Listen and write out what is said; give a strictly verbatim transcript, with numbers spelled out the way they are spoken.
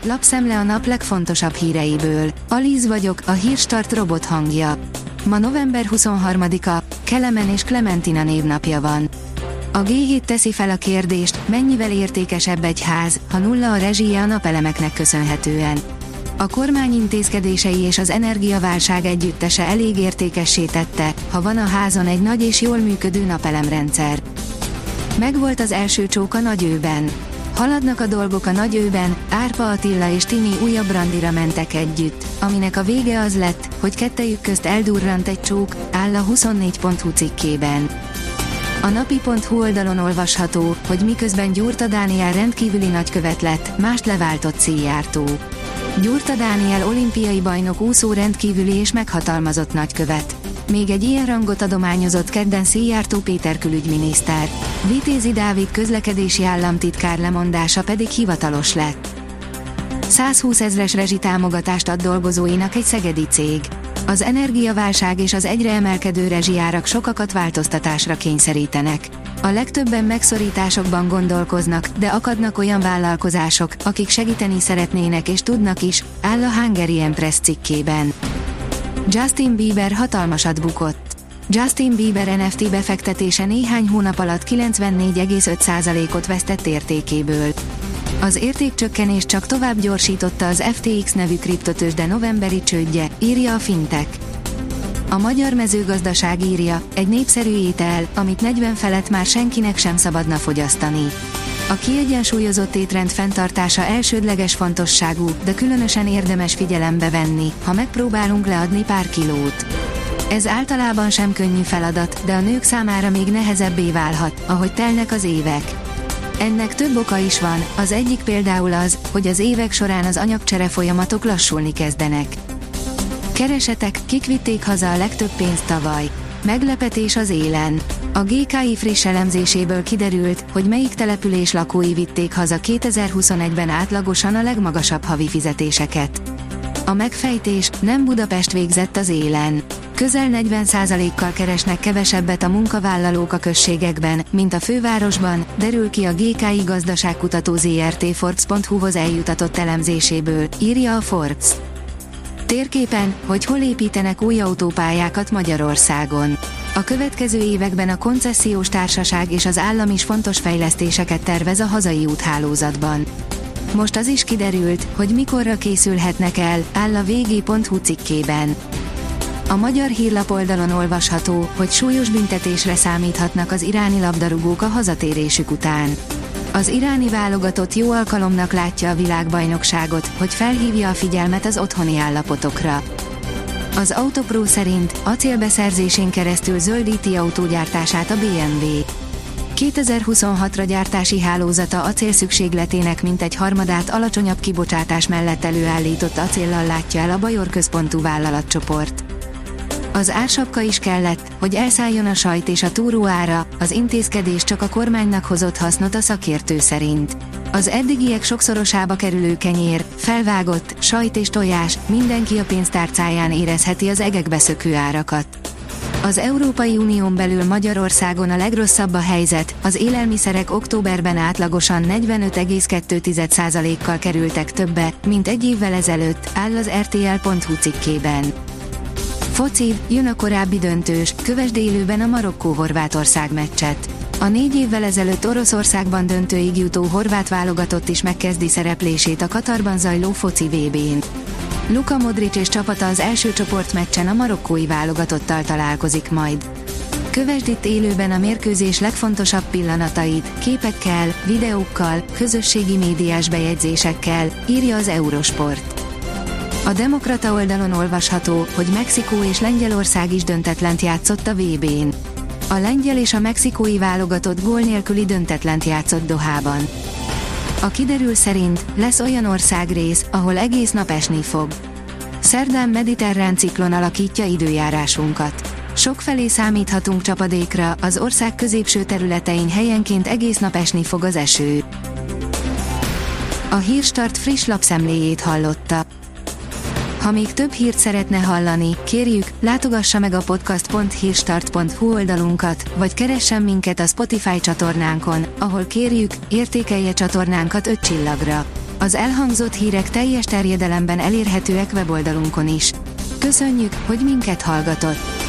lapszemle a nap legfontosabb híreiből. Alíz vagyok, a Hírstart robot hangja. Ma november huszonharmadika, Kelemen és Klementina névnapja van. A gé hét teszi fel a kérdést, mennyivel értékesebb egy ház, ha nulla a rezsije a napelemeknek köszönhetően. A kormány intézkedései és az energiaválság együttese elég értékessé tette, ha van a házon egy nagy és jól működő napelemrendszer. Megvolt az első csók a Nagyőben. Haladnak a dolgok a Nagyőben, Árpa Attila és Timi újabb randira mentek együtt, aminek a vége az lett, hogy kettejük közt eldurrant egy csók, áll a huszonnégy pont hu cikkében. A napi pont hu oldalon olvasható, hogy miközben Gyurta Dániel rendkívüli nagykövet lett, mást leváltott Szijjártó. Gyurta Dániel olimpiai bajnok úszó rendkívüli és meghatalmazott nagykövet. Még egy ilyen rangot adományozott kedden Szijjártó Péter külügyminiszter. Vitézi Dávid közlekedési államtitkár lemondása pedig hivatalos lett. százhúszezres rezsitámogatást ad dolgozóinak egy szegedi cég. Az energiaválság és az egyre emelkedő rezsijárak sokakat változtatásra kényszerítenek. A legtöbben megszorításokban gondolkoznak, de akadnak olyan vállalkozások, akik segíteni szeretnének és tudnak is, áll a Hungarian Press cikkében. Justin Bieber hatalmasat bukott. Justin Bieber en ef té befektetése néhány hónap alatt kilencvennégy egész öt százalékot vesztett értékéből. Az értékcsökkenés csak tovább gyorsította az ef té iksz nevű kriptotőzsde novemberi csődje, írja a Fintech. A magyar mezőgazdaság írja, egy népszerű étel, amit negyven felett már senkinek sem szabadna fogyasztani. A kiegyensúlyozott étrend fenntartása elsődleges fontosságú, de különösen érdemes figyelembe venni, ha megpróbálunk leadni pár kilót. Ez általában sem könnyű feladat, de a nők számára még nehezebbé válhat, ahogy telnek az évek. Ennek több oka is van, az egyik például az, hogy az évek során az anyagcsere folyamatok lassulni kezdenek. Keresetek, kik vitték haza a legtöbb pénzt tavaly. Meglepetés az élen. A gé ká i friss elemzéséből kiderült, hogy melyik település lakói vitték haza kétezer-huszonegyben átlagosan a legmagasabb havi fizetéseket. A megfejtés, nem Budapest végzett az élen. Közel negyven százalékkal keresnek kevesebbet a munkavállalók a községekben, mint a fővárosban, derül ki a gé ká i gazdaságkutató zé er té Forbes pont hu-hoz eljutatott elemzéséből, írja a Forbes. Térképen, hogy hol építenek új autópályákat Magyarországon. A következő években a koncesziós társaság és az állam is fontos fejlesztéseket tervez a hazai úthálózatban. Most az is kiderült, hogy mikorra készülhetnek el, áll a vé gé pont hu cikkében. A magyar hírlap oldalon olvasható, hogy súlyos büntetésre számíthatnak az iráni labdarúgók a hazatérésük után. Az iráni válogatott jó alkalomnak látja a világbajnokságot, hogy felhívja a figyelmet az otthoni állapotokra. Az Autopro szerint acélbeszerzésén keresztül zöldíti autógyártását a bé em vé. kétezer-huszonhatra gyártási hálózata acélszükségletének mintegy harmadát alacsonyabb kibocsátás mellett előállított acéllal látja el a Bajor központú vállalatcsoport. Az ársapka is kellett, hogy elszálljon a sajt és a túró ára, az intézkedés csak a kormánynak hozott hasznot a szakértő szerint. Az eddigiek sokszorosába kerülő kenyér, felvágott, sajt és tojás, mindenki a pénztárcáján érezheti az egekbe szökő árakat. Az Európai Unión belül Magyarországon a legrosszabb a helyzet, az élelmiszerek októberben átlagosan negyvenöt egész kettő százalékkal kerültek többe, mint egy évvel ezelőtt, áll az er té el pont hu cikkében. Foci, jön a korábbi döntős, kövesd élőben a Marokkó-Horvátország meccset. A négy évvel ezelőtt Oroszországban döntőig jutó horvát válogatott is megkezdi szereplését a Katarban zajló foci vé bén. Luka Modric és csapata az első csoportmeccsen a marokkói válogatottal találkozik majd. Kövesd itt élőben a mérkőzés legfontosabb pillanatait, képekkel, videókkal, közösségi médiás bejegyzésekkel, írja az Eurosport. A Demokrata oldalon olvasható, hogy Mexikó és Lengyelország is döntetlent játszott a vé bén. A lengyel és a mexikói válogatott gól nélküli döntetlent játszott Dohában. A kiderül szerint lesz olyan országrész, ahol egész nap esni fog. Szerdán mediterrán ciklon alakítja időjárásunkat. Sokfelé számíthatunk csapadékra, az ország középső területein helyenként egész nap esni fog az eső. A Hírstart friss lapszemléjét hallotta. Ha még több hírt szeretne hallani, kérjük, látogassa meg a podcast pont hírstart pont hu oldalunkat, vagy keressen minket a Spotify csatornánkon, ahol kérjük, értékelje csatornánkat öt csillagra. Az elhangzott hírek teljes terjedelemben elérhetőek weboldalunkon is. Köszönjük, hogy minket hallgatott!